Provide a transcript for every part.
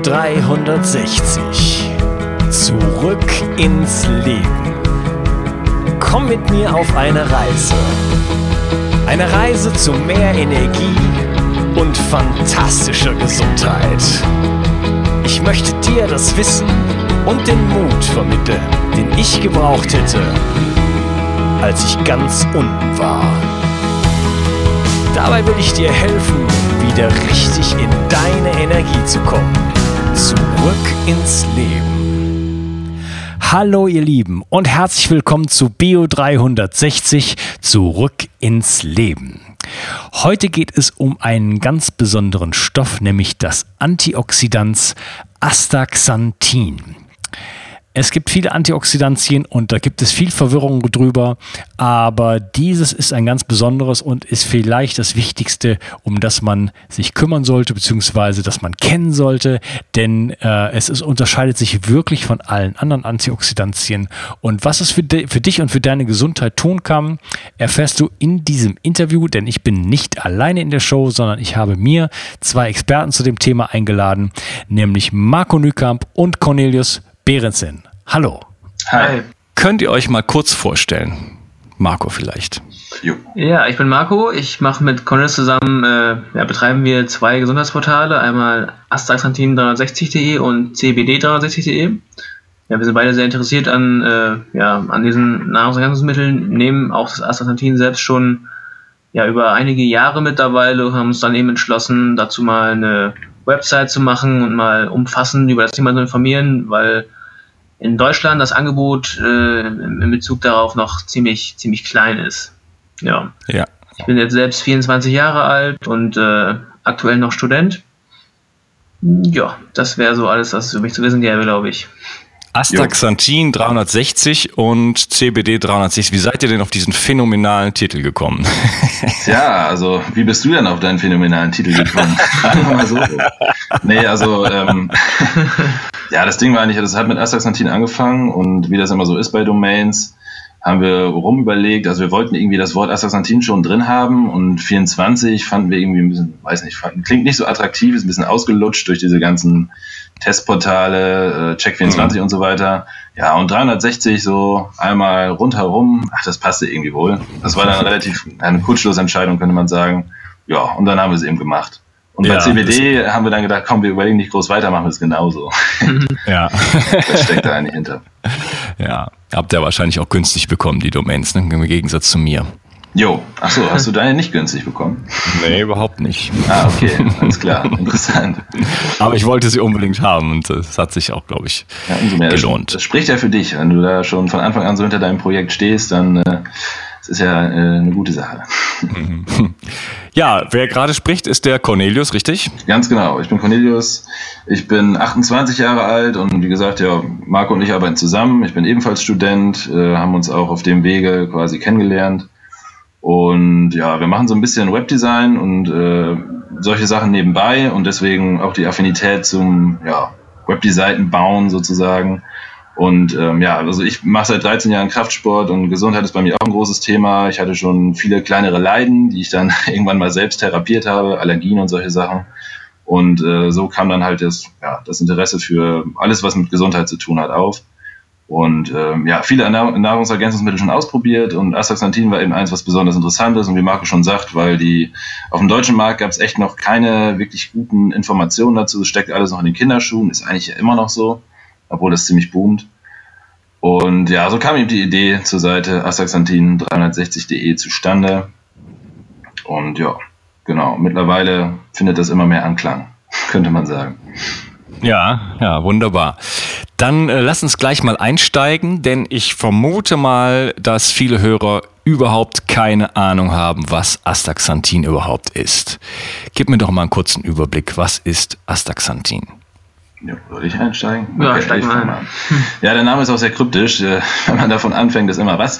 360. Zurück ins Leben. Komm mit mir auf eine Reise. Eine Reise zu mehr Energie und fantastischer Gesundheit. Ich möchte dir das Wissen und den Mut vermitteln, den ich gebraucht hätte, als ich ganz unten war. Dabei will ich dir helfen, wieder richtig in deine Energie zu kommen. Zurück ins Leben. Hallo ihr Lieben und herzlich willkommen zu Bio 360, Zurück ins Leben. Heute geht es um einen ganz besonderen Stoff, nämlich das Antioxidans Astaxanthin. Es gibt viele Antioxidantien und da gibt es viel Verwirrung drüber, aber dieses ist ein ganz besonderes und ist vielleicht das Wichtigste, um das man sich kümmern sollte, beziehungsweise das man kennen sollte, denn es unterscheidet sich wirklich von allen anderen Antioxidantien. Und was es für dich und für deine Gesundheit tun kann, erfährst du in diesem Interview, denn ich bin nicht alleine in der Show, sondern ich habe mir zwei Experten zu dem Thema eingeladen, nämlich Marco Nükamp und Cornelius Behrensen. Hallo. Hi. Könnt ihr euch mal kurz vorstellen? Marco vielleicht. Jo. Ja, ich bin Marco. Ich mache mit Cornelius zusammen, betreiben wir zwei Gesundheitsportale. Einmal astaxanthin360.de und cbd360.de. Ja, wir sind beide sehr interessiert an diesen Nahrungsergänzungsmitteln, nehmen auch das Astaxanthin selbst schon über einige Jahre mittlerweile und haben uns dann eben entschlossen, dazu mal eine Website zu machen und mal umfassend über das Thema zu informieren, weil in Deutschland das Angebot in Bezug darauf noch ziemlich klein ist. Ja. Ich bin jetzt selbst 24 Jahre alt und aktuell noch Student. Ja, das wäre so alles, was es über mich zu wissen gäbe, glaube ich. Astaxanthin 360 und CBD 360. Wie seid ihr denn auf diesen phänomenalen Titel gekommen? Ja, also wie bist du denn auf deinen phänomenalen Titel gekommen? Mal so. Nee, also das Ding war eigentlich, das hat mit Astaxanthin angefangen und wie das immer so ist bei Domains, haben wir rumüberlegt, also wir wollten irgendwie das Wort Astaxanthin schon drin haben und 24 fanden wir irgendwie ein bisschen, klingt nicht so attraktiv, ist ein bisschen ausgelutscht durch diese ganzen Testportale, Check24 und so weiter. Ja, und 360 so einmal rundherum, das passte irgendwie wohl. Das war dann relativ eine Kurzschlussentscheidung, könnte man sagen. Ja, und dann haben wir es eben gemacht. Und bei CBD haben wir dann gedacht, komm, wir überlegen nicht groß weiter, machen wir es genauso. Ja. Das steckt da eigentlich hinter. Ja, habt ihr wahrscheinlich auch günstig bekommen, die Domains, ne? Im Gegensatz zu mir. Jo, achso, hast du deine nicht günstig bekommen? Nee, überhaupt nicht. Okay, alles klar, interessant. Aber ich wollte sie unbedingt haben und das hat sich auch, glaube ich, gelohnt. Das spricht ja für dich, wenn du da schon von Anfang an so hinter deinem Projekt stehst, dann das ist ja eine gute Sache. Ja, wer gerade spricht, ist der Cornelius, richtig? Ganz genau, ich bin Cornelius, ich bin 28 Jahre alt und wie gesagt, Marco und ich arbeiten zusammen, ich bin ebenfalls Student, haben uns auch auf dem Wege quasi kennengelernt. Und wir machen so ein bisschen Webdesign und solche Sachen nebenbei und deswegen auch die Affinität zum Webseiten bauen sozusagen. Und also ich mache seit 13 Jahren Kraftsport und Gesundheit ist bei mir auch ein großes Thema. Ich hatte schon viele kleinere Leiden, die ich dann irgendwann mal selbst therapiert habe, Allergien und solche Sachen. Und so kam dann halt das Interesse für alles, was mit Gesundheit zu tun hat, auf. Und viele Nahrungsergänzungsmittel schon ausprobiert und Astaxanthin war eben eins, was besonders interessant ist und wie Marco schon sagt, weil auf dem deutschen Markt gab es echt noch keine wirklich guten Informationen dazu, es steckt alles noch in den Kinderschuhen, ist eigentlich ja immer noch so, obwohl das ziemlich boomt. Und so kam eben die Idee zur Seite astaxanthin360.de zustande und genau, mittlerweile findet das immer mehr Anklang, könnte man sagen. Ja, wunderbar. Dann lass uns gleich mal einsteigen, denn ich vermute mal, dass viele Hörer überhaupt keine Ahnung haben, was Astaxanthin überhaupt ist. Gib mir doch mal einen kurzen Überblick. Was ist Astaxanthin? Ja, soll ich einsteigen? Ja, okay, steig mal ein. Ja, der Name ist auch sehr kryptisch. Wenn man davon anfängt, ist immer was?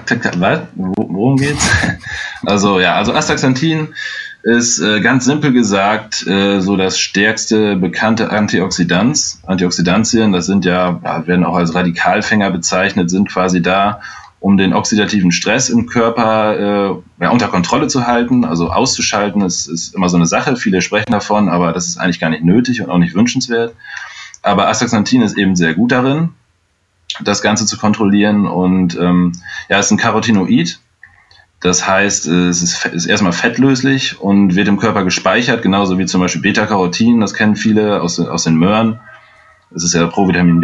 Worum geht's? Also Astaxanthin ist ganz simpel gesagt so das stärkste bekannte Antioxidantien. Das sind werden auch als Radikalfänger bezeichnet, sind quasi da, um den oxidativen Stress im Körper unter Kontrolle zu halten, also auszuschalten. Das ist immer so eine Sache, viele sprechen davon, aber das ist eigentlich gar nicht nötig und auch nicht wünschenswert. Aber Astaxanthin ist eben sehr gut darin, das Ganze zu kontrollieren und es ist ein Carotinoid. Das heißt, es ist erstmal fettlöslich und wird im Körper gespeichert, genauso wie zum Beispiel Beta-Carotin, das kennen viele aus den Möhren. Das ist ja Provitamin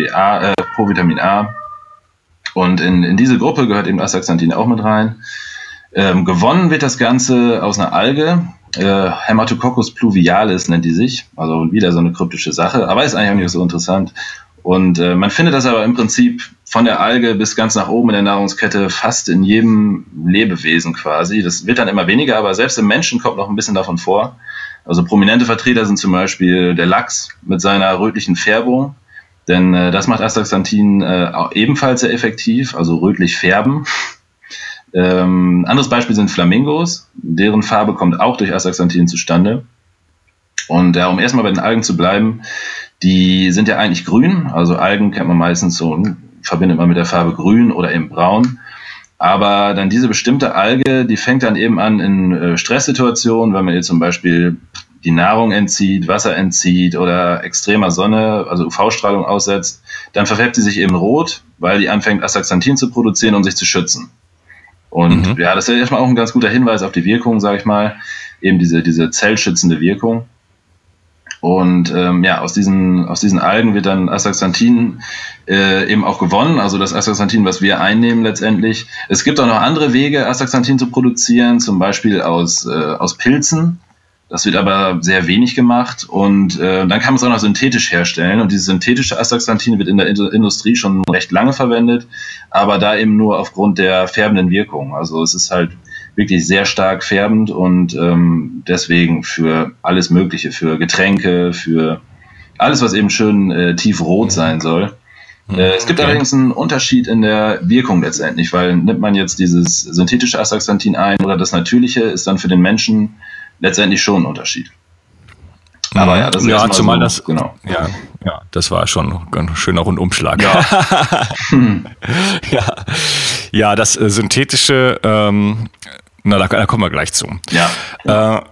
A. Und in diese Gruppe gehört eben Astaxanthin auch mit rein. Gewonnen wird das Ganze aus einer Alge, Haematococcus pluvialis nennt die sich, also wieder so eine kryptische Sache, aber ist eigentlich auch nicht so interessant. Und man findet das aber im Prinzip von der Alge bis ganz nach oben in der Nahrungskette fast in jedem Lebewesen quasi. Das wird dann immer weniger, aber selbst im Menschen kommt noch ein bisschen davon vor. Also prominente Vertreter sind zum Beispiel der Lachs mit seiner rötlichen Färbung, denn das macht Astaxanthin ebenfalls sehr effektiv, also rötlich färben. Anderes Beispiel sind Flamingos, deren Farbe kommt auch durch Astaxanthin zustande. Und um erstmal bei den Algen zu bleiben, die sind ja eigentlich grün, also Algen kennt man meistens so, verbindet man mit der Farbe grün oder eben braun. Aber dann diese bestimmte Alge, die fängt dann eben an in Stresssituationen, wenn man ihr zum Beispiel die Nahrung entzieht, Wasser entzieht oder extremer Sonne, also UV-Strahlung aussetzt, dann verfärbt sie sich eben rot, weil die anfängt Astaxanthin zu produzieren, um sich zu schützen. Und das ist ja erstmal auch ein ganz guter Hinweis auf die Wirkung, sage ich mal, eben diese zellschützende Wirkung. Und aus diesen Algen wird dann Astaxanthin eben auch gewonnen, also das Astaxanthin, was wir einnehmen letztendlich. Es gibt auch noch andere Wege, Astaxanthin zu produzieren, zum Beispiel aus Pilzen. Das wird aber sehr wenig gemacht und dann kann man es auch noch synthetisch herstellen. Und dieses synthetische Astaxanthin wird in der Industrie schon recht lange verwendet, aber da eben nur aufgrund der färbenden Wirkung. Also es ist halt wirklich sehr stark färbend und deswegen für alles Mögliche, für Getränke, für alles, was eben schön tiefrot sein soll. Es gibt allerdings einen Unterschied in der Wirkung letztendlich, weil nimmt man jetzt dieses synthetische Astaxanthin ein oder das natürliche, ist dann für den Menschen letztendlich schon ein Unterschied. Aber ja, das ist ja, zumal so, das, genau. Ja, das war schon ein ganz schöner Rundumschlag. Ja, ja, das synthetische, da kommen wir gleich zu. Ja.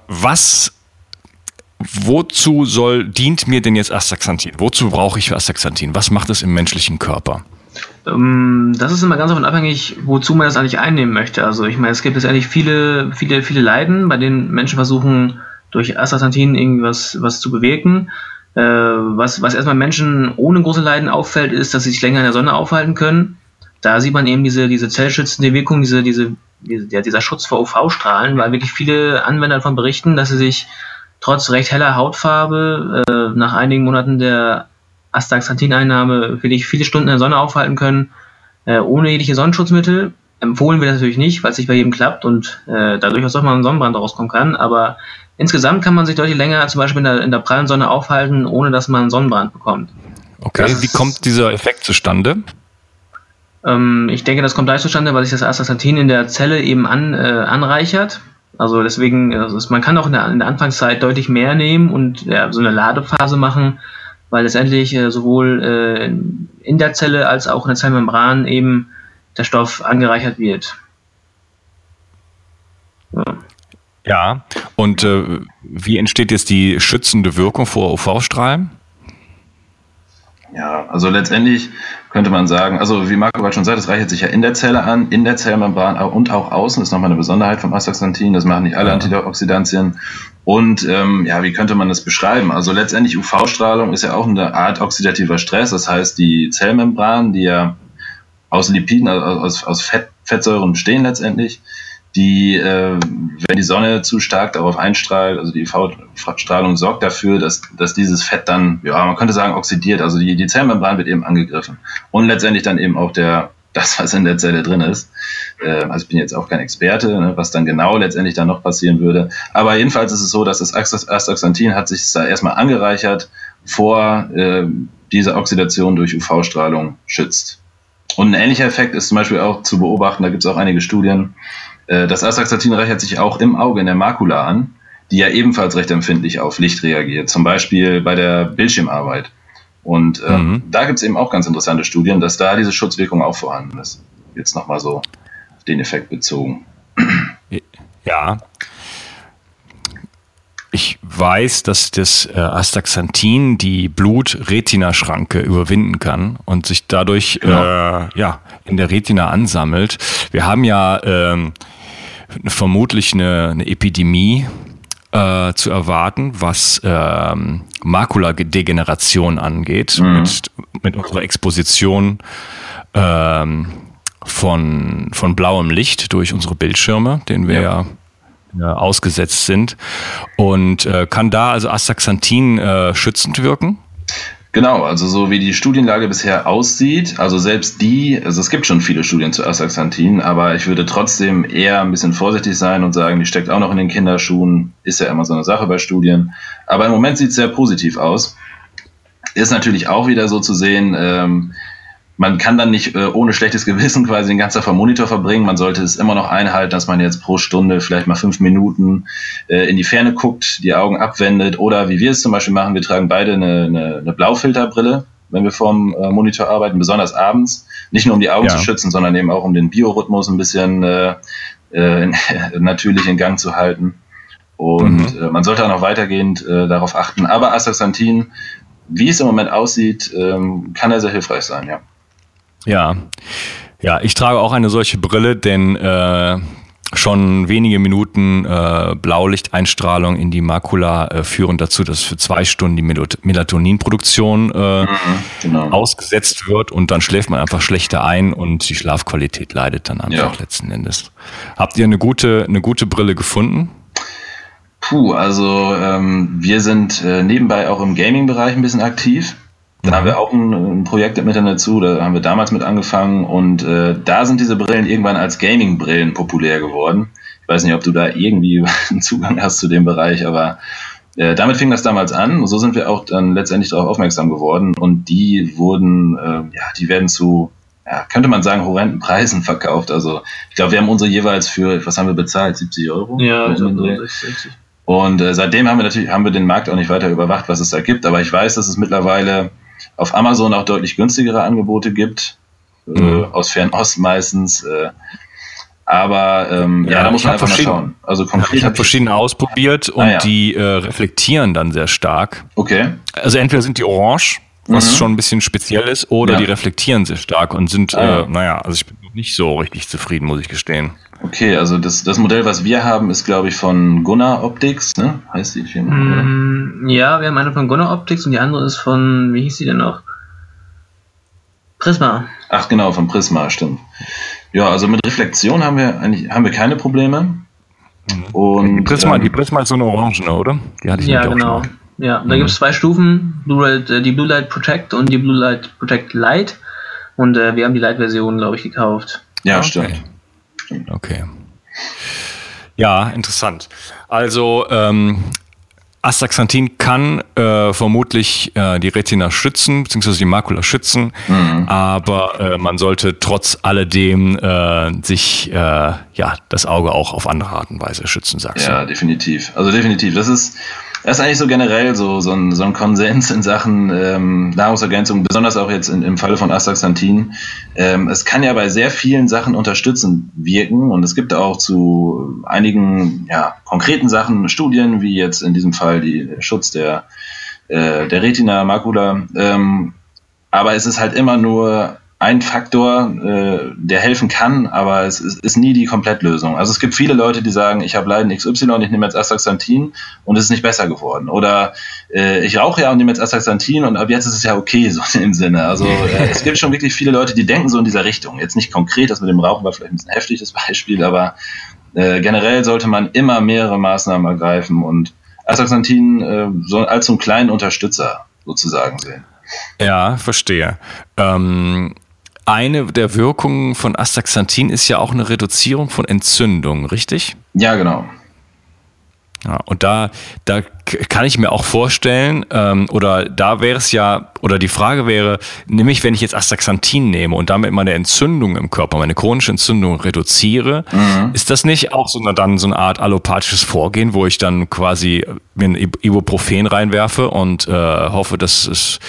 Wozu dient mir denn jetzt Astaxanthin? Wozu brauche ich Astaxanthin? Was macht es im menschlichen Körper? Das ist immer ganz davon abhängig, wozu man das eigentlich einnehmen möchte. Also ich meine, es gibt letztendlich viele Leiden, bei denen Menschen versuchen, durch Astaxanthin irgendwas zu bewirken. Was erstmal Menschen ohne große Leiden auffällt, ist, dass sie sich länger in der Sonne aufhalten können. Da sieht man eben diese zellschützende Wirkung, dieser Schutz vor UV-Strahlen, weil wirklich viele Anwender davon berichten, dass sie sich trotz recht heller Hautfarbe nach einigen Monaten der Astaxanthin-Einnahme wirklich viele Stunden in der Sonne aufhalten können, ohne jegliche Sonnenschutzmittel. Empfohlen wird das natürlich nicht, weil es nicht bei jedem klappt und dadurch auch mal ein Sonnenbrand rauskommen kann, aber insgesamt kann man sich deutlich länger zum Beispiel in der prallen Sonne aufhalten, ohne dass man einen Sonnenbrand bekommt. Okay, wie kommt dieser Effekt zustande? Ich denke, das kommt dadurch zustande, weil sich das Astaxanthin in der Zelle eben anreichert. Also deswegen, man kann auch in der Anfangszeit deutlich mehr nehmen und so eine Ladephase machen, weil letztendlich sowohl in der Zelle als auch in der Zellmembran eben der Stoff angereichert wird. Ja, und wie entsteht jetzt die schützende Wirkung vor UV-Strahlen? Ja, also letztendlich könnte man sagen, also wie Marco gerade schon sagt, es reichert sich ja in der Zelle an, in der Zellmembran und auch außen, das ist nochmal eine Besonderheit vom Astaxanthin, das machen nicht alle Antioxidantien. Und wie könnte man das beschreiben? Also letztendlich UV-Strahlung ist ja auch eine Art oxidativer Stress, das heißt die Zellmembran, die ja aus Lipiden, aus Fettsäuren bestehen letztendlich, die, wenn die Sonne zu stark darauf einstrahlt, also die UV-Strahlung sorgt dafür, dass dieses Fett dann, man könnte sagen, oxidiert, also die Zellmembran wird eben angegriffen. Und letztendlich dann eben auch das, was in der Zelle drin ist. Also ich bin jetzt auch kein Experte, was dann genau letztendlich dann noch passieren würde. Aber jedenfalls ist es so, dass das Astaxanthin hat sich da erstmal angereichert, vor diese Oxidation durch UV-Strahlung schützt. Und ein ähnlicher Effekt ist zum Beispiel auch zu beobachten, da gibt es auch einige Studien. Das Astaxanthin reichert sich auch im Auge, in der Makula an, die ja ebenfalls recht empfindlich auf Licht reagiert, zum Beispiel bei der Bildschirmarbeit. Und da gibt es eben auch ganz interessante Studien, dass da diese Schutzwirkung auch vorhanden ist. Jetzt nochmal so den Effekt bezogen. Ja. Ich weiß, dass das Astaxanthin die Blut-Retina-Schranke überwinden kann und sich dadurch in der Retina ansammelt. Wir haben ja vermutlich eine Epidemie zu erwarten, was Makuladegeneration angeht, mit unserer Exposition von blauem Licht durch unsere Bildschirme, den wir ausgesetzt sind. Und kann da also Astaxanthin schützend wirken? Genau, also so wie die Studienlage bisher aussieht, also es gibt schon viele Studien zu Astaxanthin, aber ich würde trotzdem eher ein bisschen vorsichtig sein und sagen, die steckt auch noch in den Kinderschuhen, ist ja immer so eine Sache bei Studien. Aber im Moment sieht es sehr positiv aus. Ist natürlich auch wieder so zu sehen, man kann dann nicht ohne schlechtes Gewissen quasi den ganzen Tag vor Monitor verbringen. Man sollte es immer noch einhalten, dass man jetzt pro Stunde vielleicht mal 5 Minuten in die Ferne guckt, die Augen abwendet. Oder wie wir es zum Beispiel machen, wir tragen beide eine Blaufilterbrille, wenn wir vorm Monitor arbeiten, besonders abends. Nicht nur um die Augen zu schützen, sondern eben auch um den Biorhythmus ein bisschen natürlich in Gang zu halten. Und man sollte auch noch weitergehend darauf achten. Aber Astaxanthin, wie es im Moment aussieht, kann er sehr hilfreich sein, ja. Ja, ich trage auch eine solche Brille, denn schon wenige Minuten Blaulichteinstrahlung in die Makula führen dazu, dass für 2 Stunden die Melatoninproduktion ausgesetzt wird und dann schläft man einfach schlechter ein und die Schlafqualität leidet dann einfach letzten Endes. Habt ihr eine gute Brille gefunden? Wir sind nebenbei auch im Gaming-Bereich ein bisschen aktiv. Dann haben wir auch ein Projekt im Internet zu, da haben wir damals mit angefangen und da sind diese Brillen irgendwann als Gaming-Brillen populär geworden. Ich weiß nicht, ob du da irgendwie einen Zugang hast zu dem Bereich, aber damit fing das damals an und so sind wir auch dann letztendlich darauf aufmerksam geworden und die werden zu, könnte man sagen, horrenden Preisen verkauft. Also ich glaube, wir haben unsere jeweils für, was haben wir bezahlt? 70 €? Ja, 60. Und seitdem haben wir den Markt auch nicht weiter überwacht, was es da gibt, aber ich weiß, dass es mittlerweile auf Amazon auch deutlich günstigere Angebote gibt, aus Fernost meistens. Da muss man einfach mal schauen. Also konkret ich habe verschiedene ausprobiert und die reflektieren dann sehr stark. Okay. Also entweder sind die orange, was schon ein bisschen speziell ist, oder die reflektieren sehr stark und sind, also ich bin noch nicht so richtig zufrieden, muss ich gestehen. Okay, also das Modell, was wir haben, ist, glaube ich, von Gunnar Optics, ne? Heißt die Firma? Ja, wir haben eine von Gunnar Optics und die andere ist von, wie hieß sie denn noch? Prisma. Ach genau, von Prisma, stimmt. Ja, also mit Reflexion haben wir keine Probleme. Und die Prisma ist so eine Orange, oder? Die hatte ich auch genau. Ja, da gibt es 2 Stufen, die Blue Light Protect und die Blue Light Protect Lite. Und wir haben die Lite-Version, glaube ich, gekauft. Ja, stimmt. Okay. Ja, interessant. Also Astaxanthin kann vermutlich die Retina schützen, beziehungsweise die Makula schützen, aber man sollte trotz alledem sich das Auge auch auf andere Art und Weise schützen, sagst du? Ja, definitiv. Also definitiv. Das ist eigentlich so generell so ein Konsens in Sachen Nahrungsergänzung, besonders auch jetzt im Falle von Astaxanthin. Es kann ja bei sehr vielen Sachen unterstützend wirken und es gibt auch zu einigen konkreten Sachen Studien, wie jetzt in diesem Fall die Schutz der Retina, Makula. Aber es ist halt immer nur ein Faktor, der helfen kann, aber es ist nie die Komplettlösung. Also es gibt viele Leute, die sagen, ich habe Leiden XY, ich nehme jetzt Astaxanthin und es ist nicht besser geworden. Oder ich rauche ja und nehme jetzt Astaxanthin und ab jetzt ist es ja okay, so in dem Sinne. Also es gibt schon wirklich viele Leute, die denken so in dieser Richtung. Jetzt nicht konkret, das mit dem Rauchen war vielleicht ein bisschen heftig, das Beispiel, aber generell sollte man immer mehrere Maßnahmen ergreifen und Astaxanthin als so einen kleinen Unterstützer sozusagen sehen. Ja, verstehe. Eine der Wirkungen von Astaxanthin ist ja auch eine Reduzierung von Entzündungen, richtig? Ja, genau. Ja, und da kann ich mir auch vorstellen, oder da wäre es ja, oder die Frage wäre, nämlich wenn ich jetzt Astaxanthin nehme und damit meine Entzündung im Körper, meine chronische Entzündung reduziere, ist das nicht auch so eine Art allopathisches Vorgehen, wo ich dann quasi mir ein Ibuprofen reinwerfe und hoffe, dass es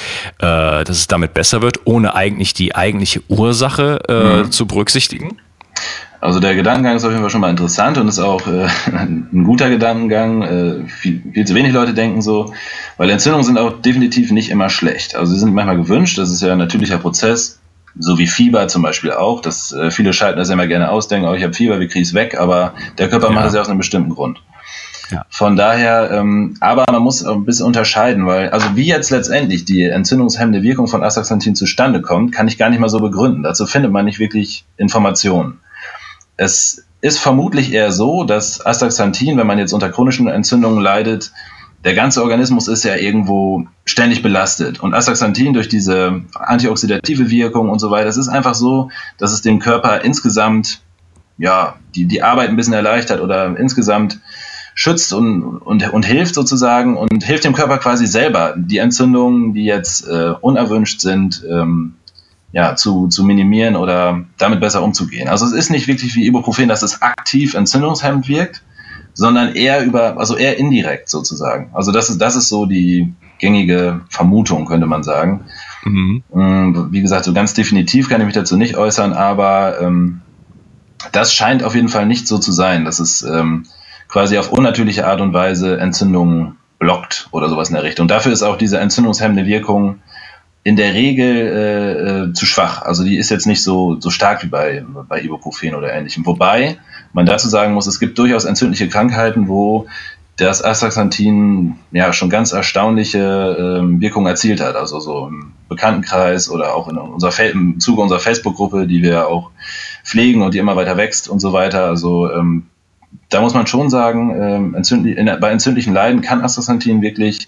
damit besser wird, ohne eigentlich die eigentliche Ursache zu berücksichtigen? Also der Gedankengang ist auf jeden Fall schon mal interessant und ist auch ein guter Gedankengang. Viel zu wenig Leute denken so, weil Entzündungen sind auch definitiv nicht immer schlecht. Also sie sind manchmal gewünscht, das ist ja ein natürlicher Prozess, so wie Fieber zum Beispiel auch. Dass viele schalten das ja immer gerne aus, denken, ich habe Fieber, wie kriege ich es weg? Aber der Körper macht das ja aus einem bestimmten Grund. Ja. Von daher, aber man muss ein bisschen unterscheiden, weil, also wie jetzt letztendlich die entzündungshemmende Wirkung von Astaxanthin zustande kommt, kann ich gar nicht mal so begründen. Dazu findet man nicht wirklich Informationen. Es ist vermutlich eher so, dass Astaxanthin, wenn man jetzt unter chronischen Entzündungen leidet, der ganze Organismus ist ja irgendwo ständig belastet. Und Astaxanthin durch diese antioxidative Wirkung und so weiter, es ist einfach so, dass es dem Körper insgesamt, ja, die Arbeit ein bisschen erleichtert oder insgesamt schützt und hilft sozusagen und hilft dem Körper quasi selber, die Entzündungen, die jetzt unerwünscht sind, zu minimieren oder damit besser umzugehen. Also es ist nicht wirklich wie Ibuprofen, dass es aktiv entzündungshemmend wirkt, sondern eher eher indirekt sozusagen. Also das ist so die gängige Vermutung, könnte man sagen. Mhm. Wie gesagt, so ganz definitiv kann ich mich dazu nicht äußern, aber das scheint auf jeden Fall nicht so zu sein, dass es quasi auf unnatürliche Art und Weise Entzündungen blockt oder sowas in der Richtung. Dafür ist auch diese entzündungshemmende Wirkung in der Regel zu schwach. Also die ist jetzt nicht so stark wie bei Ibuprofen oder Ähnlichem. Wobei man dazu sagen muss, es gibt durchaus entzündliche Krankheiten, wo das Astaxanthin ja schon ganz erstaunliche Wirkung erzielt hat. Also so im Bekanntenkreis oder auch im Zuge unserer Facebook-Gruppe, die wir auch pflegen und die immer weiter wächst und so weiter. Also da muss man schon sagen, bei entzündlichen Leiden kann Astaxanthin wirklich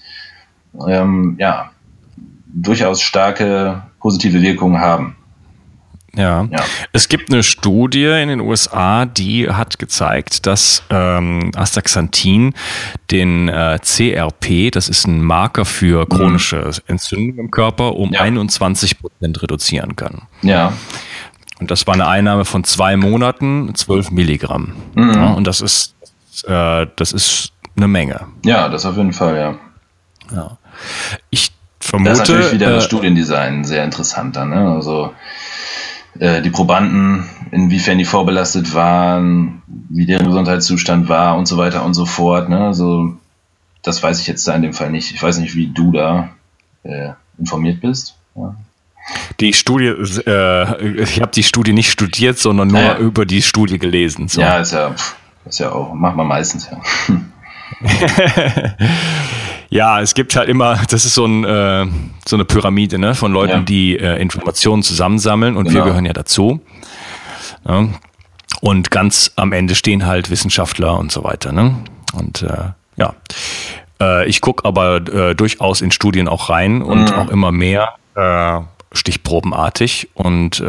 durchaus starke positive Wirkungen haben. Ja. Es gibt eine Studie in den USA, die hat gezeigt, dass Astaxanthin den CRP, das ist ein Marker für chronische Entzündung im Körper, um 21% reduzieren kann. Ja. Und das war eine Einnahme von 2 Monaten, 12 Milligramm. Mhm. Ja, und das ist eine Menge. Ja, das auf jeden Fall, ja. Ich vermute... Das ist natürlich wieder das Studiendesign sehr interessant dann, ne? Also die Probanden, inwiefern die vorbelastet waren, wie deren Gesundheitszustand war und so weiter und so fort. Ne? Also das weiß ich jetzt da in dem Fall nicht. Ich weiß nicht, wie du da informiert bist. Ja. Die Studie, ich habe die Studie nicht studiert, sondern nur über die Studie gelesen. So. Ja, ist ja auch, macht man meistens, Ja, es gibt halt immer, das ist so eine Pyramide, ne, von Leuten, die Informationen zusammensammeln und wir gehören ja dazu. Ja. Und ganz am Ende stehen halt Wissenschaftler und so weiter. Ne? Und ich gucke aber durchaus in Studien auch rein und auch immer mehr stichprobenartig und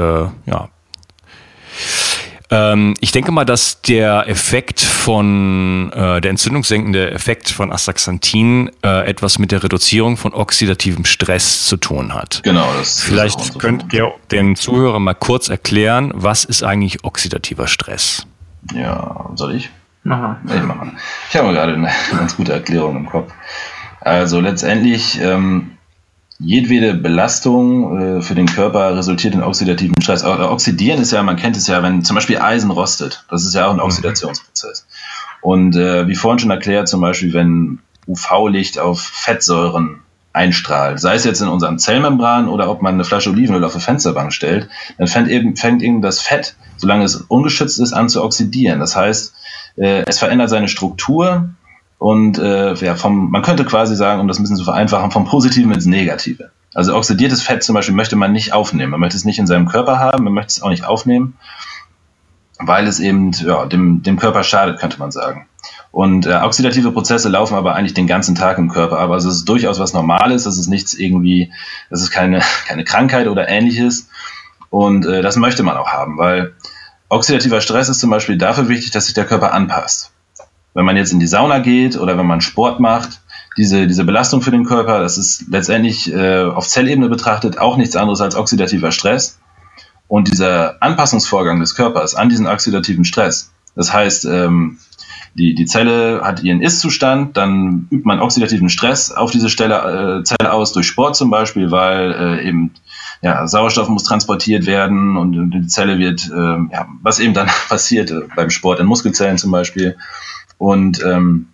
ich denke mal, dass der Effekt der entzündungssenkende Effekt von Astaxanthin etwas mit der Reduzierung von oxidativem Stress zu tun hat. Genau. Vielleicht könnt ihr den Zuhörern mal kurz erklären, was ist eigentlich oxidativer Stress? Ja, soll ich? Mach mal. Ich habe gerade eine ganz gute Erklärung im Kopf. Also letztendlich jedwede Belastung für den Körper resultiert in oxidativen Stress. Oxidieren ist ja, man kennt es ja, wenn zum Beispiel Eisen rostet. Das ist ja auch ein Oxidationsprozess. Und wie vorhin schon erklärt, zum Beispiel, wenn UV-Licht auf Fettsäuren einstrahlt, sei es jetzt in unseren Zellmembran oder ob man eine Flasche Olivenöl auf eine Fensterbank stellt, dann fängt eben das Fett, solange es ungeschützt ist, an zu oxidieren. Das heißt, es verändert seine Struktur. Und man könnte quasi sagen, um das ein bisschen zu vereinfachen, vom Positiven ins Negative. Also oxidiertes Fett zum Beispiel möchte man nicht aufnehmen. Man möchte es nicht in seinem Körper haben, man möchte es auch nicht aufnehmen, weil es eben dem Körper schadet, könnte man sagen. Und oxidative Prozesse laufen aber eigentlich den ganzen Tag im Körper ab. Also es ist durchaus was Normales, das ist nichts irgendwie, das ist keine Krankheit oder Ähnliches. Und das möchte man auch haben, weil oxidativer Stress ist zum Beispiel dafür wichtig, dass sich der Körper anpasst. Wenn man jetzt in die Sauna geht oder wenn man Sport macht, diese Belastung für den Körper, das ist letztendlich auf Zellebene betrachtet auch nichts anderes als oxidativer Stress. Und dieser Anpassungsvorgang des Körpers an diesen oxidativen Stress, das heißt, die Zelle hat ihren Ist-Zustand, dann übt man oxidativen Stress auf diese Zelle aus, durch Sport zum Beispiel, weil eben Sauerstoff muss transportiert werden und die Zelle wird, was eben dann passiert beim Sport in Muskelzellen zum Beispiel. Und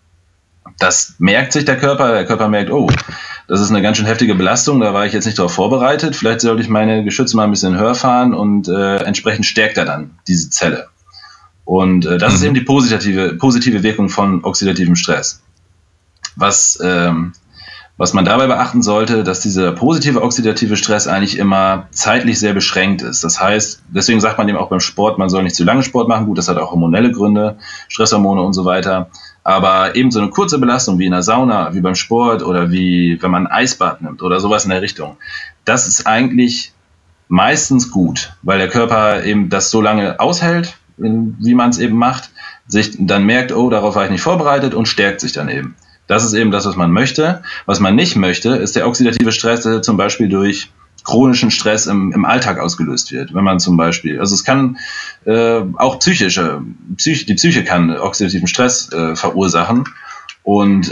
das merkt sich der Körper. Der Körper merkt, oh, das ist eine ganz schön heftige Belastung, da war ich jetzt nicht darauf vorbereitet. Vielleicht sollte ich meine Geschütze mal ein bisschen höher fahren und entsprechend stärkt er dann diese Zelle. Und das ist eben die positive Wirkung von oxidativem Stress. Was man dabei beachten sollte, dass dieser positive oxidative Stress eigentlich immer zeitlich sehr beschränkt ist. Das heißt, deswegen sagt man eben auch beim Sport, man soll nicht zu lange Sport machen. Gut, das hat auch hormonelle Gründe, Stresshormone und so weiter. Aber eben so eine kurze Belastung wie in der Sauna, wie beim Sport oder wie wenn man ein Eisbad nimmt oder sowas in der Richtung, das ist eigentlich meistens gut, weil der Körper eben das so lange aushält, wie man es eben macht, sich dann merkt, oh, darauf war ich nicht vorbereitet und stärkt sich dann eben. Das ist eben das, was man möchte. Was man nicht möchte, ist der oxidative Stress, der zum Beispiel durch chronischen Stress im Alltag ausgelöst wird. Wenn man zum Beispiel, also es kann auch die Psyche kann oxidativen Stress verursachen. Und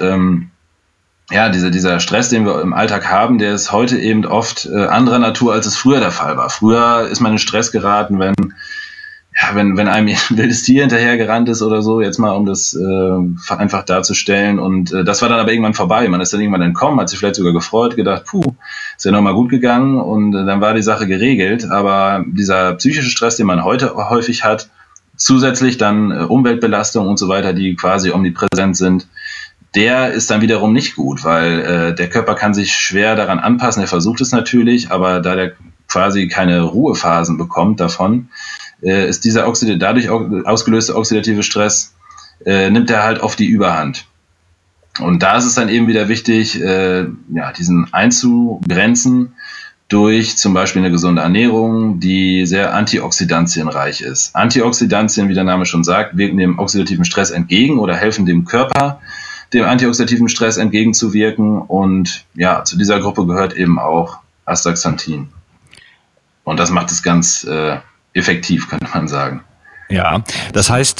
dieser Stress, den wir im Alltag haben, der ist heute eben oft anderer Natur, als es früher der Fall war. Früher ist man in Stress geraten, wenn einem ein wildes Tier hinterhergerannt ist oder so, jetzt mal um das einfach darzustellen. Und das war dann aber irgendwann vorbei. Man ist dann irgendwann entkommen, hat sich vielleicht sogar gefreut, gedacht, ist ja nochmal gut gegangen und dann war die Sache geregelt. Aber dieser psychische Stress, den man heute häufig hat, zusätzlich dann Umweltbelastung und so weiter, die quasi omnipräsent sind, der ist dann wiederum nicht gut, weil der Körper kann sich schwer daran anpassen. Er versucht es natürlich, aber da der quasi keine Ruhephasen bekommt davon, ist dieser dadurch ausgelöste oxidative Stress, nimmt er halt oft die Überhand. Und da ist es dann eben wieder wichtig, diesen einzugrenzen durch zum Beispiel eine gesunde Ernährung, die sehr antioxidantienreich ist. Antioxidantien, wie der Name schon sagt, wirken dem oxidativen Stress entgegen oder helfen dem Körper, dem antioxidativen Stress entgegenzuwirken. Und ja, zu dieser Gruppe gehört eben auch Astaxanthin. Und das macht es ganz effektiv, könnte man sagen. Ja, das heißt,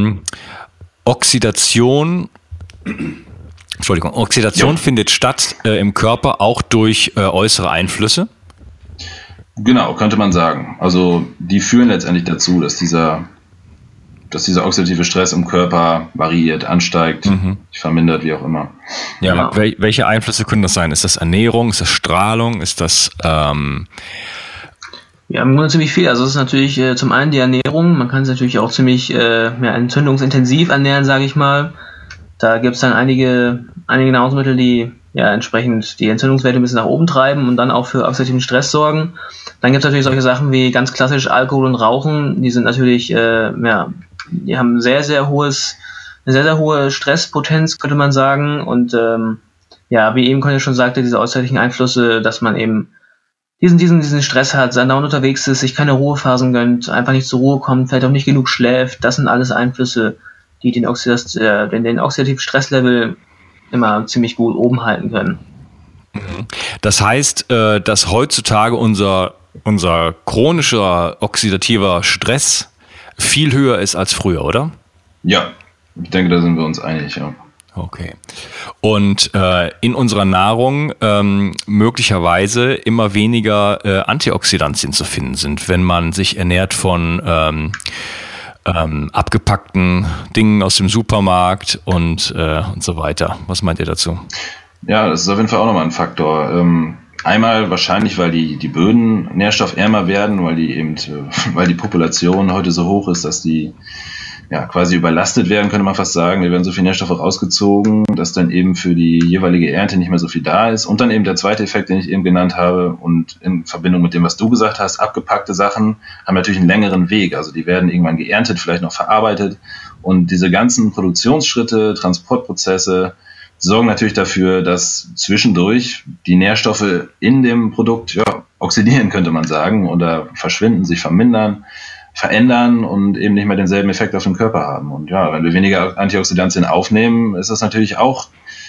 Oxidation findet statt im Körper auch durch äußere Einflüsse? Genau, könnte man sagen. Also die führen letztendlich dazu, dass dieser oxidative Stress im Körper variiert, ansteigt, sich vermindert, wie auch immer. Ja, welche Einflüsse können das sein? Ist das Ernährung, ist das Strahlung, ist das Ja, im Grunde ziemlich viel. Also es ist natürlich zum einen die Ernährung, man kann sich natürlich auch ziemlich entzündungsintensiv ernähren, sage ich mal. Da gibt es dann einige Nahrungsmittel, die entsprechend die Entzündungswerte ein bisschen nach oben treiben und dann auch für oxidativen Stress sorgen. Dann gibt es natürlich solche Sachen wie ganz klassisch Alkohol und Rauchen, die sind natürlich, die haben eine sehr, sehr hohe Stresspotenz, könnte man sagen. Und wie eben Conny schon sagte, diese äußerlichen Einflüsse, dass man eben diesen Stress hat, dauernd unterwegs ist, sich keine Ruhephasen gönnt, einfach nicht zur Ruhe kommt, vielleicht auch nicht genug schläft. Das sind alles Einflüsse, die den oxidativen Stresslevel immer ziemlich gut oben halten können. Das heißt, dass heutzutage unser chronischer oxidativer Stress viel höher ist als früher, oder? Ja, ich denke, da sind wir uns einig, ja. Okay. Und in unserer Nahrung möglicherweise immer weniger Antioxidantien zu finden sind, wenn man sich ernährt von abgepackten Dingen aus dem Supermarkt und so weiter. Was meint ihr dazu? Ja, das ist auf jeden Fall auch nochmal ein Faktor. Einmal wahrscheinlich, weil die Böden nährstoffärmer werden, weil die Population heute so hoch ist, dass die quasi überlastet werden, könnte man fast sagen. Wir werden so viele Nährstoffe rausgezogen, dass dann eben für die jeweilige Ernte nicht mehr so viel da ist. Und dann eben der zweite Effekt, den ich eben genannt habe und in Verbindung mit dem, was du gesagt hast, abgepackte Sachen haben natürlich einen längeren Weg. Also die werden irgendwann geerntet, vielleicht noch verarbeitet. Und diese ganzen Produktionsschritte, Transportprozesse sorgen natürlich dafür, dass zwischendurch die Nährstoffe in dem Produkt oxidieren, könnte man sagen, oder verschwinden, sich vermindern, verändern und eben nicht mehr denselben Effekt auf den Körper haben. Und wenn wir weniger Antioxidantien aufnehmen, ist das natürlich auch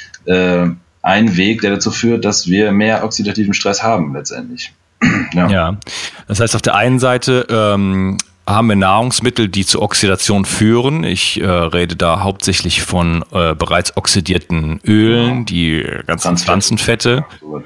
ein Weg, der dazu führt, dass wir mehr oxidativen Stress haben letztendlich. Ja, das heißt auf der einen Seite haben wir Nahrungsmittel, die zur Oxidation führen. Ich rede da hauptsächlich von bereits oxidierten Ölen, die ganzen Pflanzenfette,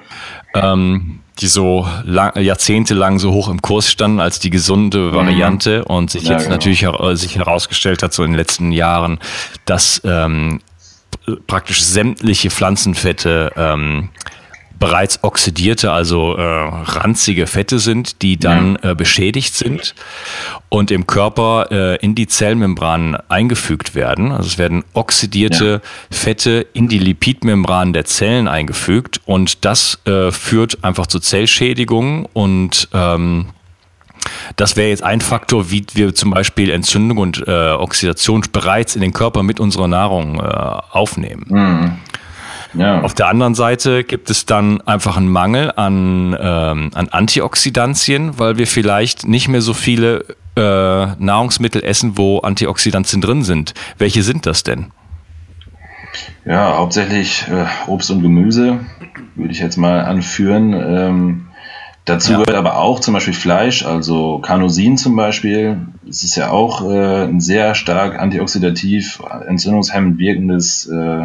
die so jahrzehntelang so hoch im Kurs standen als die gesunde Variante und sich jetzt natürlich sich herausgestellt hat, so in den letzten Jahren, dass praktisch sämtliche Pflanzenfette bereits oxidierte, also ranzige Fette sind, die dann beschädigt sind und im Körper in die Zellmembranen eingefügt werden. Also es werden oxidierte Fette in die Lipidmembranen der Zellen eingefügt und das führt einfach zu Zellschädigungen und das wäre jetzt ein Faktor, wie wir zum Beispiel Entzündung und Oxidation bereits in den Körper mit unserer Nahrung aufnehmen. Ja. Auf der anderen Seite gibt es dann einfach einen Mangel an Antioxidantien, weil wir vielleicht nicht mehr so viele Nahrungsmittel essen, wo Antioxidantien drin sind. Welche sind das denn? Ja, hauptsächlich Obst und Gemüse, würde ich jetzt mal anführen. Dazu gehört aber auch zum Beispiel Fleisch, also Carnosin zum Beispiel. Es ist ja auch ein sehr stark antioxidativ, entzündungshemmend wirkendes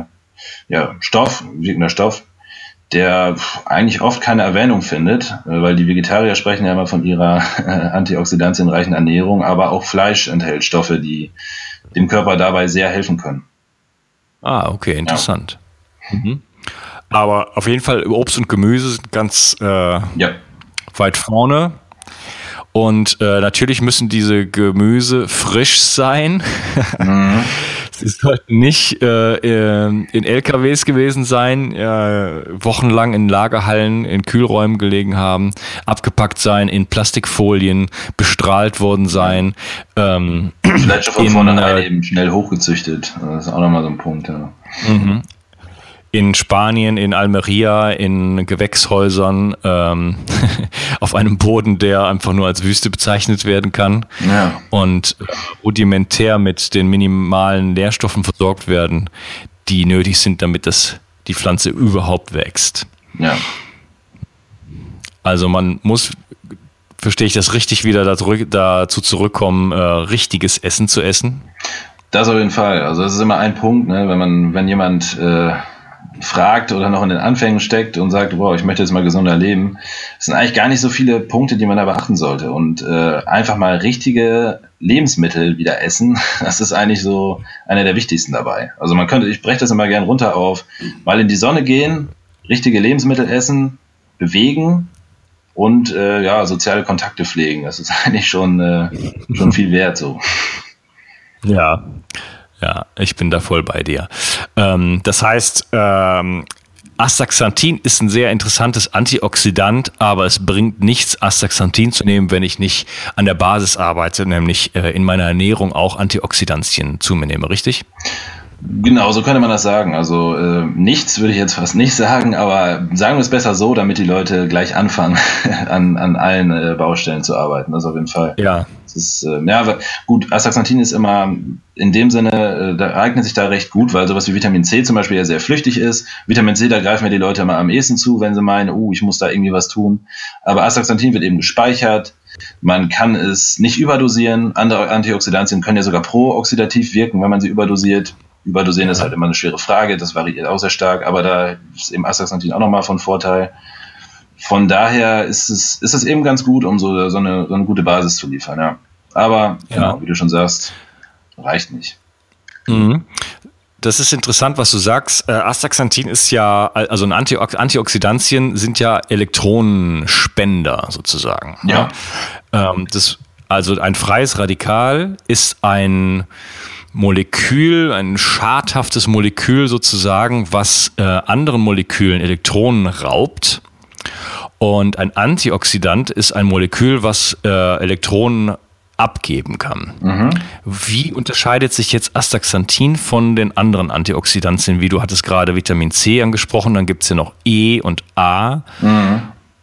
wirkender Stoff, der eigentlich oft keine Erwähnung findet, weil die Vegetarier sprechen ja immer von ihrer antioxidantienreichen Ernährung, aber auch Fleisch enthält Stoffe, die dem Körper dabei sehr helfen können. Ah, okay, interessant. Ja. Mhm. Aber auf jeden Fall Obst und Gemüse sind ganz weit vorne. Und natürlich müssen diese Gemüse frisch sein. Sie sollten nicht in LKWs gewesen sein, wochenlang in Lagerhallen, in Kühlräumen gelegen haben, abgepackt sein, in Plastikfolien, bestrahlt worden sein. Vielleicht schon von vornherein eben schnell hochgezüchtet. Das ist auch nochmal so ein Punkt. Ja. In Spanien, in Almeria, in Gewächshäusern, auf einem Boden, der einfach nur als Wüste bezeichnet werden kann und rudimentär mit den minimalen Nährstoffen versorgt werden, die nötig sind, damit die Pflanze überhaupt wächst. Ja. Also man muss, verstehe ich das richtig, wieder dazu zurückkommen, richtiges Essen zu essen? Das auf jeden Fall. Also das ist immer ein Punkt, ne? Wenn jemand fragt oder noch in den Anfängen steckt und sagt, ich möchte jetzt mal gesunder leben. Es sind eigentlich gar nicht so viele Punkte, die man da beachten sollte. Und einfach mal richtige Lebensmittel wieder essen, das ist eigentlich so einer der wichtigsten dabei. Also ich breche das immer gern runter auf, mal in die Sonne gehen, richtige Lebensmittel essen, bewegen und soziale Kontakte pflegen. Das ist eigentlich schon viel wert so. Ja, ich bin da voll bei dir. Das heißt, Astaxanthin ist ein sehr interessantes Antioxidant, aber es bringt nichts, Astaxanthin zu nehmen, wenn ich nicht an der Basis arbeite, nämlich in meiner Ernährung auch Antioxidantien zu mir nehme, richtig? Genau, so könnte man das sagen. Also nichts würde ich jetzt fast nicht sagen, aber sagen wir es besser so, damit die Leute gleich anfangen, an allen Baustellen zu arbeiten. Das auf jeden Fall. Ja. Das ist, gut, Astaxanthin ist immer in dem Sinne, da eignet sich da recht gut, weil sowas wie Vitamin C zum Beispiel ja sehr flüchtig ist. Vitamin C, da greifen ja die Leute immer am ehesten zu, wenn sie meinen, ich muss da irgendwie was tun. Aber Astaxanthin wird eben gespeichert. Man kann es nicht überdosieren. Andere Antioxidantien können ja sogar pro-oxidativ wirken, wenn man sie überdosiert. Überdosieren ist halt immer eine schwere Frage, das variiert auch sehr stark, aber da ist eben Astaxanthin auch nochmal von Vorteil. Von daher ist es eben ganz gut, um so eine gute Basis zu liefern, ja. Aber, genau, wie du schon sagst, reicht nicht. Mhm. Das ist interessant, was du sagst. Astaxanthin ist ja, also Antioxidantien sind ja Elektronenspender sozusagen. Ja. Also ein freies Radikal ist ein Molekül, ein schadhaftes Molekül sozusagen, was anderen Molekülen Elektronen raubt. Und ein Antioxidant ist ein Molekül, was Elektronen abgeben kann. Mhm. Wie unterscheidet sich jetzt Astaxanthin von den anderen Antioxidantien? Wie du hattest gerade Vitamin C angesprochen, dann gibt es ja noch E und A. Mhm.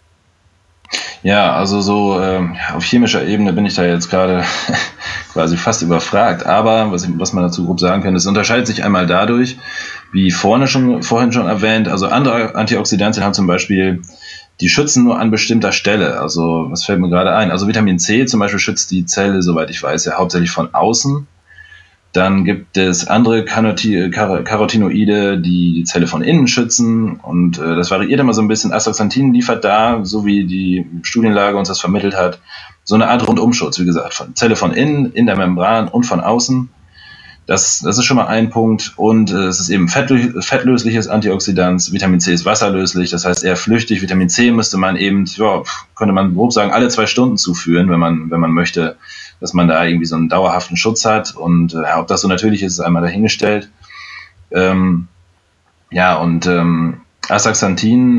Ja, also so auf chemischer Ebene bin ich da jetzt gerade quasi fast überfragt. Aber was man dazu grob sagen kann, es unterscheidet sich einmal dadurch, wie vorhin schon erwähnt, also andere Antioxidantien haben zum Beispiel die schützen nur an bestimmter Stelle. Also, was fällt mir gerade ein? Also Vitamin C zum Beispiel schützt die Zelle, soweit ich weiß, ja hauptsächlich von außen. Dann gibt es andere Carotinoide, die die Zelle von innen schützen, und das variiert immer so ein bisschen. Astaxanthin liefert da, so wie die Studienlage uns das vermittelt hat, so eine Art Rundumschutz, wie gesagt, von Zelle von innen, in der Membran und von außen. Das ist schon mal ein Punkt. Und es ist eben fettlösliches Antioxidant. Vitamin C ist wasserlöslich, das heißt eher flüchtig. Vitamin C müsste man eben, könnte man grob sagen, alle 2 Stunden zuführen, wenn man möchte, dass man da irgendwie so einen dauerhaften Schutz hat. Und ob das so natürlich ist einmal dahingestellt. Astaxanthin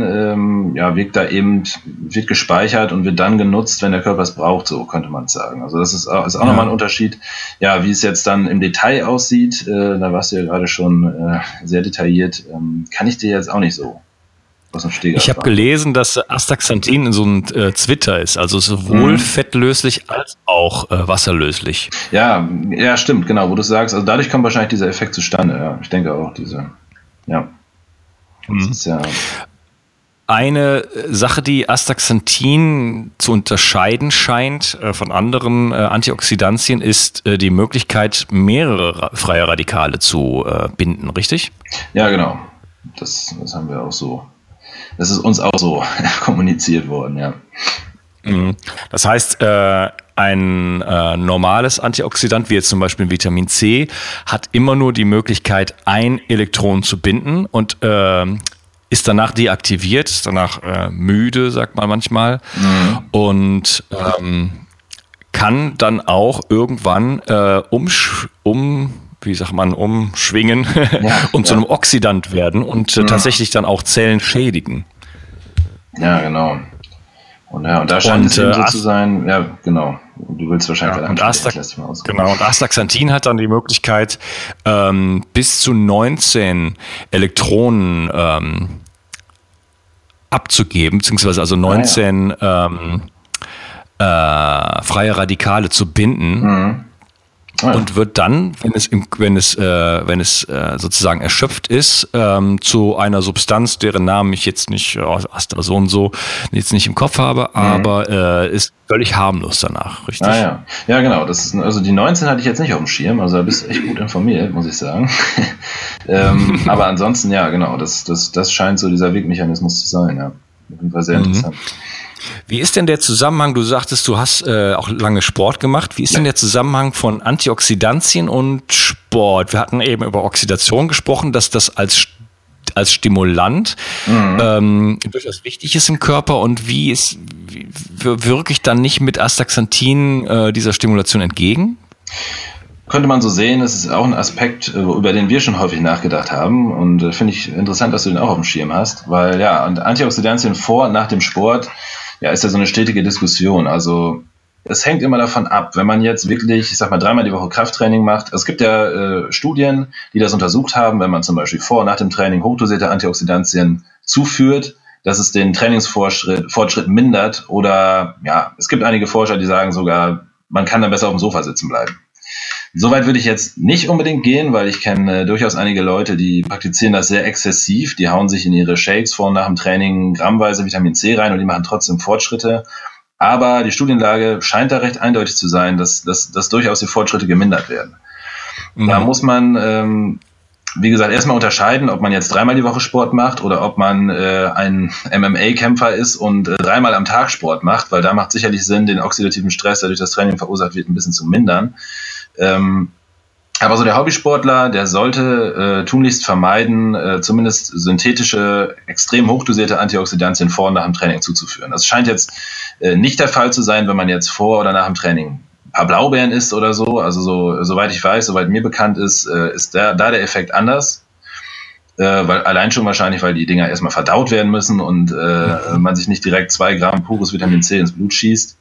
wird gespeichert und wird dann genutzt, wenn der Körper es braucht, so könnte man es sagen. Also das ist auch nochmal ein Unterschied. Ja, wie es jetzt dann im Detail aussieht, da warst du ja gerade schon sehr detailliert, kann ich dir jetzt auch nicht so aus dem Stegreif Ich habe gelesen, dass Astaxanthin so ein Zwitter ist, also sowohl fettlöslich als auch wasserlöslich. Ja, stimmt, genau, wo du sagst, also dadurch kommt wahrscheinlich dieser Effekt zustande, ja. Ich denke auch, das ist ja eine Sache, die Astaxanthin zu unterscheiden scheint von anderen Antioxidantien, ist die Möglichkeit, mehrere freie Radikale zu binden, richtig? Ja, genau. Das haben wir auch so. Das ist uns auch so kommuniziert worden, ja. Das heißt, ein normales Antioxidant, wie jetzt zum Beispiel Vitamin C, hat immer nur die Möglichkeit, ein Elektron zu binden und ist danach deaktiviert, ist danach müde, sagt man manchmal, und kann dann auch irgendwann umschwingen und zu einem Oxidant werden und tatsächlich dann auch Zellen schädigen. Ja, genau. Und da scheint es eben so zu sein, ja, genau. Du willst wahrscheinlich und Astaxanthin hat dann die Möglichkeit, bis zu 19 Elektronen abzugeben, beziehungsweise also 19 freie Radikale zu binden. Und wird dann, wenn es sozusagen erschöpft ist, zu einer Substanz, deren Namen ich jetzt nicht, Astra so und so, jetzt nicht im Kopf habe, aber ist völlig harmlos danach, richtig? Ja, genau. Also die 19 hatte ich jetzt nicht auf dem Schirm, also da bist du echt gut informiert, muss ich sagen. Aber ansonsten, ja, genau, das scheint so dieser Wegmechanismus zu sein, ja. Auf jeden Fall sehr interessant. Wie ist denn der Zusammenhang, du sagtest, du hast auch lange Sport gemacht, wie ist denn der Zusammenhang von Antioxidantien und Sport? Wir hatten eben über Oxidation gesprochen, dass das als Stimulant durchaus wichtig ist im Körper, und wie wirke ich dann nicht mit Astaxanthin dieser Stimulation entgegen? Könnte man so sehen, das ist auch ein Aspekt, über den wir schon häufig nachgedacht haben, und finde ich interessant, dass du den auch auf dem Schirm hast, weil und Antioxidantien vor und nach dem Sport, ist ja so eine stetige Diskussion. Also es hängt immer davon ab, wenn man jetzt wirklich, ich sag mal, 3-mal die Woche Krafttraining macht. Es gibt ja Studien, die das untersucht haben, wenn man zum Beispiel vor und nach dem Training hochdosierte Antioxidantien zuführt, dass es den Trainingsfortschritt mindert, oder es gibt einige Forscher, die sagen sogar, man kann dann besser auf dem Sofa sitzen bleiben. Soweit würde ich jetzt nicht unbedingt gehen, weil ich kenne durchaus einige Leute, die praktizieren das sehr exzessiv. Die hauen sich in ihre Shakes vor und nach dem Training grammweise Vitamin C rein und die machen trotzdem Fortschritte. Aber die Studienlage scheint da recht eindeutig zu sein, dass durchaus die Fortschritte gemindert werden. Da muss man, wie gesagt, erstmal unterscheiden, ob man jetzt 3-mal die Woche Sport macht oder ob man ein MMA-Kämpfer ist und 3-mal am Tag Sport macht, weil da macht sicherlich Sinn, den oxidativen Stress, der durch das Training verursacht wird, ein bisschen zu mindern. Aber so der Hobbysportler, der sollte tunlichst vermeiden, zumindest synthetische, extrem hochdosierte Antioxidantien vor und nach dem Training zuzuführen. Das scheint jetzt nicht der Fall zu sein, wenn man jetzt vor oder nach dem Training ein paar Blaubeeren isst oder so. Also soweit ich weiß, soweit mir bekannt ist da der Effekt anders. Allein schon wahrscheinlich, weil die Dinger erstmal verdaut werden müssen und man sich nicht direkt 2 Gramm pures Vitamin C ins Blut schießt.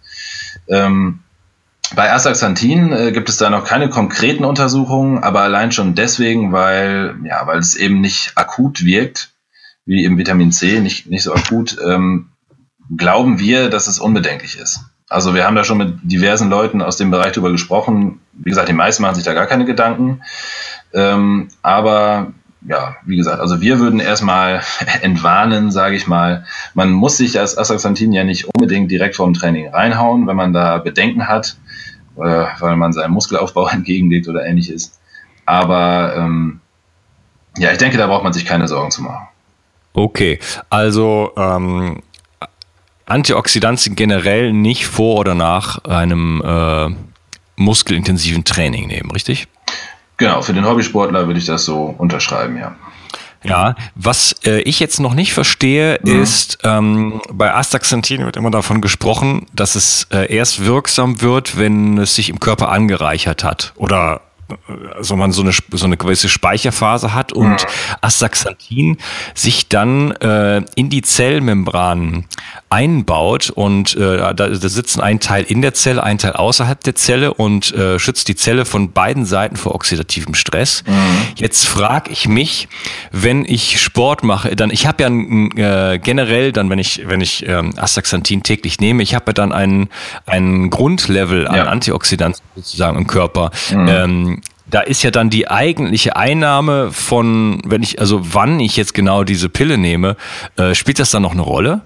Bei Astaxanthin gibt es da noch keine konkreten Untersuchungen, aber allein schon deswegen, weil es eben nicht akut wirkt, wie eben Vitamin C, nicht so akut, glauben wir, dass es unbedenklich ist. Also wir haben da schon mit diversen Leuten aus dem Bereich drüber gesprochen. Wie gesagt, die meisten machen sich da gar keine Gedanken. Aber ja, wie gesagt, also wir würden erstmal entwarnen, sage ich mal. Man muss sich das Astaxanthin ja nicht unbedingt direkt vorm Training reinhauen, wenn man da Bedenken hat, weil man seinem Muskelaufbau entgegenlegt oder ähnliches. Aber ja, ich denke, da braucht man sich keine Sorgen zu machen. Okay, also Antioxidantien generell nicht vor oder nach einem muskelintensiven Training nehmen, richtig? Genau, für den Hobbysportler würde ich das so unterschreiben, ja. Ja, was ich jetzt noch nicht verstehe, ist, bei Astaxanthin wird immer davon gesprochen, dass es erst wirksam wird, wenn es sich im Körper angereichert hat oder also man so eine gewisse Speicherphase hat und Astaxanthin sich dann in die Zellmembran einbaut und da sitzen ein Teil in der Zelle, ein Teil außerhalb der Zelle und schützt die Zelle von beiden Seiten vor oxidativem Stress. Jetzt frage ich mich, wenn ich Sport mache, dann ich habe ja generell dann, wenn ich Astaxanthin täglich nehme, ich habe ja dann einen Grundlevel an Antioxidantien sozusagen im Körper. Da ist ja dann die eigentliche Einnahme von, wann ich jetzt genau diese Pille nehme, spielt das dann noch eine Rolle?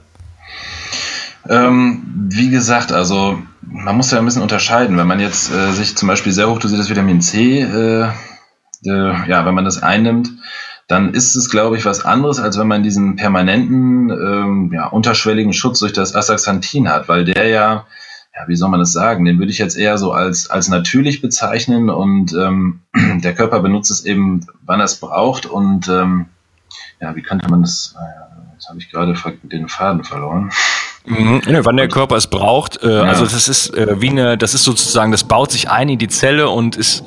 Wie gesagt, also man muss ja ein bisschen unterscheiden. Wenn man jetzt sich zum Beispiel sehr hochdosiertes Vitamin C, wenn man das einnimmt, dann ist es, glaube ich, was anderes, als wenn man diesen permanenten, unterschwelligen Schutz durch das Astaxanthin hat, weil der ja, wie soll man das sagen, den würde ich jetzt eher so als natürlich bezeichnen und der Körper benutzt es eben, wann er es braucht und wie könnte man das, jetzt habe ich gerade den Faden verloren. Wann der Körper es braucht, also das ist das ist sozusagen, das baut sich ein in die Zelle und ist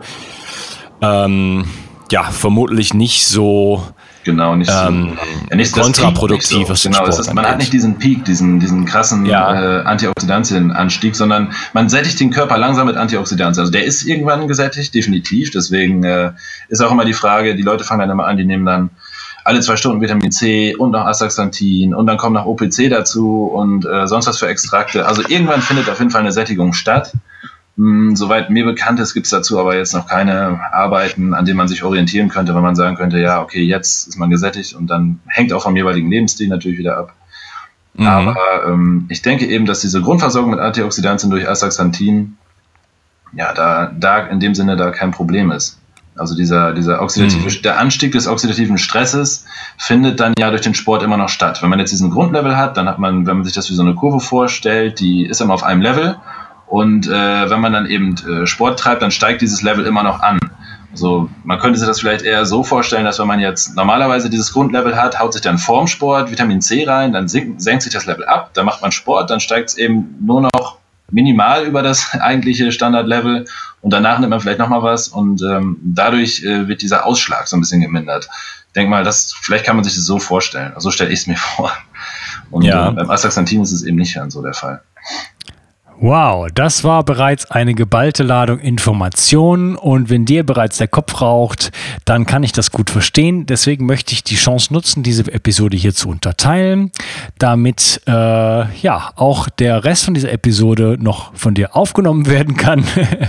vermutlich nicht so nicht so kontraproduktiv, was den Sport angeht. Man hat nicht diesen Peak, diesen krassen Antioxidantienanstieg, sondern man sättigt den Körper langsam mit Antioxidantien. Also der ist irgendwann gesättigt, definitiv. Deswegen ist auch immer die Frage, die Leute fangen dann immer an, die nehmen dann alle 2 Stunden Vitamin C und noch Astaxanthin und dann kommt noch OPC dazu und sonst was für Extrakte. Also irgendwann findet auf jeden Fall eine Sättigung statt. Soweit mir bekannt ist, gibt es dazu aber jetzt noch keine Arbeiten, an denen man sich orientieren könnte, wenn man sagen könnte, jetzt ist man gesättigt und dann hängt auch vom jeweiligen Lebensstil natürlich wieder ab. Aber ich denke eben, dass diese Grundversorgung mit Antioxidantien durch Astaxanthin, da in dem Sinne da kein Problem ist. Also dieser der Anstieg des oxidativen Stresses findet dann ja durch den Sport immer noch statt. Wenn man jetzt diesen Grundlevel hat, dann hat man, wenn man sich das wie so eine Kurve vorstellt, die ist immer auf einem Level. Und wenn man dann eben Sport treibt, dann steigt dieses Level immer noch an. Also man könnte sich das vielleicht eher so vorstellen, dass wenn man jetzt normalerweise dieses Grundlevel hat, haut sich dann vorm Sport Vitamin C rein, dann senkt sich das Level ab, dann macht man Sport, dann steigt es eben nur noch minimal über das eigentliche Standardlevel und danach nimmt man vielleicht nochmal was und dadurch wird dieser Ausschlag so ein bisschen gemindert. Ich denke mal, vielleicht kann man sich das so vorstellen. Also so stelle ich es mir vor. Und beim Astaxanthin ist es eben nicht so der Fall. Wow, das war bereits eine geballte Ladung Informationen und wenn dir bereits der Kopf raucht, dann kann ich das gut verstehen. Deswegen möchte ich die Chance nutzen, diese Episode hier zu unterteilen, damit auch der Rest von dieser Episode noch von dir aufgenommen werden kann.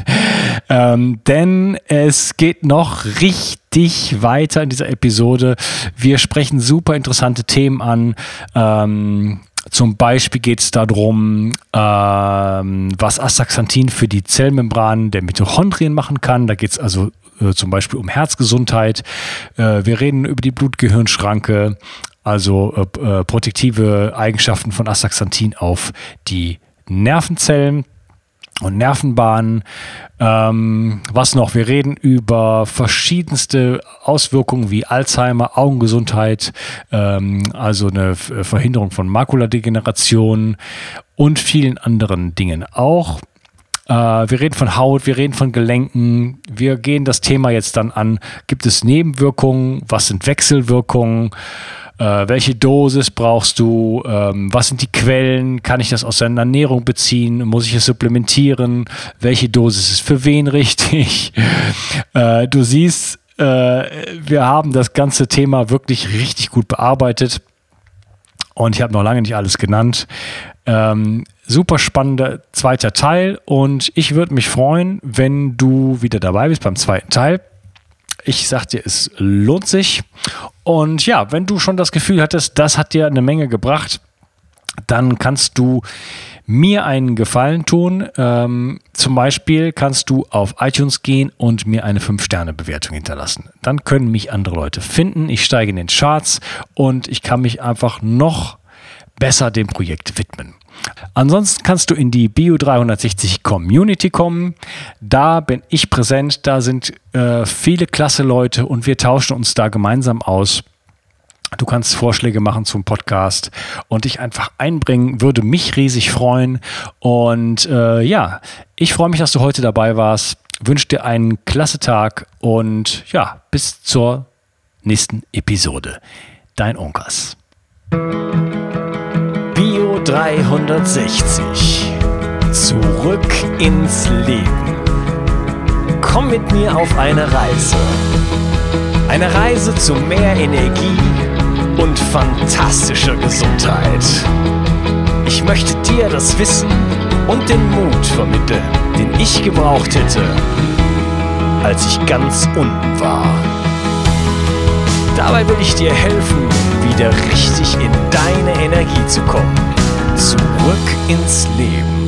Denn es geht noch richtig weiter in dieser Episode. Wir sprechen super interessante Themen an. Zum Beispiel geht es darum, was Astaxanthin für die Zellmembran der Mitochondrien machen kann. Da geht es also zum Beispiel um Herzgesundheit. Wir reden über die Blut-Gehirn-Schranke, also protektive Eigenschaften von Astaxanthin auf die Nervenzellen und Nervenbahnen. Was noch? Wir reden über verschiedenste Auswirkungen wie Alzheimer, Augengesundheit, also eine Verhinderung von Makuladegeneration und vielen anderen Dingen auch. Wir reden von Haut, wir reden von Gelenken. Wir gehen das Thema jetzt dann an. Gibt es Nebenwirkungen? Was sind Wechselwirkungen? Welche Dosis brauchst du? Was sind die Quellen? Kann ich das aus deiner Ernährung beziehen? Muss ich es supplementieren? Welche Dosis ist für wen richtig? Du siehst, wir haben das ganze Thema wirklich richtig gut bearbeitet und ich habe noch lange nicht alles genannt. Super spannender zweiter Teil und ich würde mich freuen, wenn du wieder dabei bist beim zweiten Teil. Ich sag dir, es lohnt sich. Und ja, wenn du schon das Gefühl hattest, das hat dir eine Menge gebracht, dann kannst du mir einen Gefallen tun. Zum Beispiel kannst du auf iTunes gehen und mir eine 5-Sterne-Bewertung hinterlassen. Dann können mich andere Leute finden. Ich steige in den Charts und ich kann mich einfach noch besser dem Projekt widmen. Ansonsten kannst du in die Bio 360 Community kommen. Da bin ich präsent. Da sind viele klasse Leute und wir tauschen uns da gemeinsam aus. Du kannst Vorschläge machen zum Podcast und dich einfach einbringen, würde mich riesig freuen. Und ja, ich freue mich, dass du heute dabei warst. Wünsche dir einen klasse Tag und ja, bis zur nächsten Episode. Dein Unkas. Bio 360. Zurück ins Leben. Komm mit mir auf eine Reise. Eine Reise zu mehr Energie und fantastischer Gesundheit. Ich möchte dir das Wissen und den Mut vermitteln, den ich gebraucht hätte, als ich ganz unten war. Dabei will ich dir helfen, wieder richtig in deine Energie zu kommen. Zurück ins Leben.